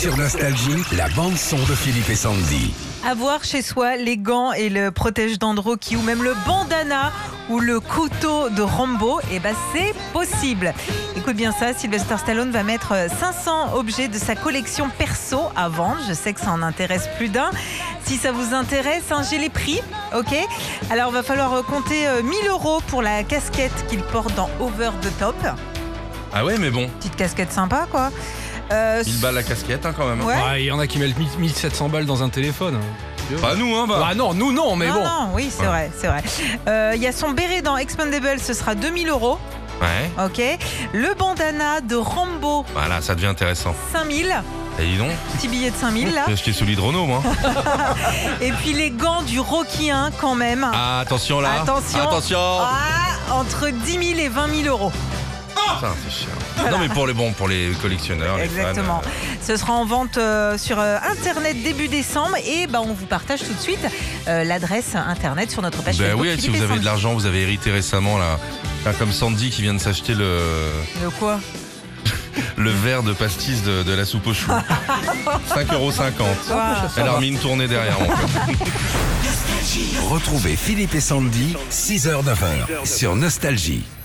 Sur Nostalgie, la bande-son de Philippe et Sandy. Avoir chez soi les gants et le protège-dents de Rocky ou même le bandana ou le couteau de Rambo, c'est possible. Écoute bien ça, Sylvester Stallone va mettre 500 objets de sa collection perso à vendre. Je sais que ça en intéresse plus d'un. Si ça vous intéresse, j'ai les prix, ok ? Alors, il va falloir compter 1000 € pour la casquette qu'il porte dans Over the Top. Ah ouais, mais bon. Petite casquette sympa, quoi. 1000 balles la casquette, quand même. Ouais. Il y en a qui mettent 1700 balles dans un téléphone. Pas nous, non, nous non, mais bon. Non, oui, c'est vrai. Il y a son béret dans Expendables, ce sera 2000 €. Ouais. Ok. Le bandana de Rambo. Voilà, ça devient intéressant. 5000. Et dis donc. Petit billet de 5000 là. J'ai acheté sous l'hydrono, moi. Et puis les gants du Rocky 1 quand même. Ah, attention là. Attention. Entre 10 000 et 20 000 €. Putain, c'est cher. Voilà. Non, mais pour les collectionneurs, exactement. Les fans. Ce sera en vente sur Internet début décembre et on vous partage tout de suite l'adresse Internet sur notre page Facebook. Oui, si vous avez de l'argent, vous avez hérité récemment là. Comme Sandy qui vient de s'acheter le quoi le verre de pastis de la soupe aux choux. 5,50 €. Wow. Elle a remis une tournée derrière. Retrouvez Philippe et Sandy, 6h-9h, sur Nostalgie.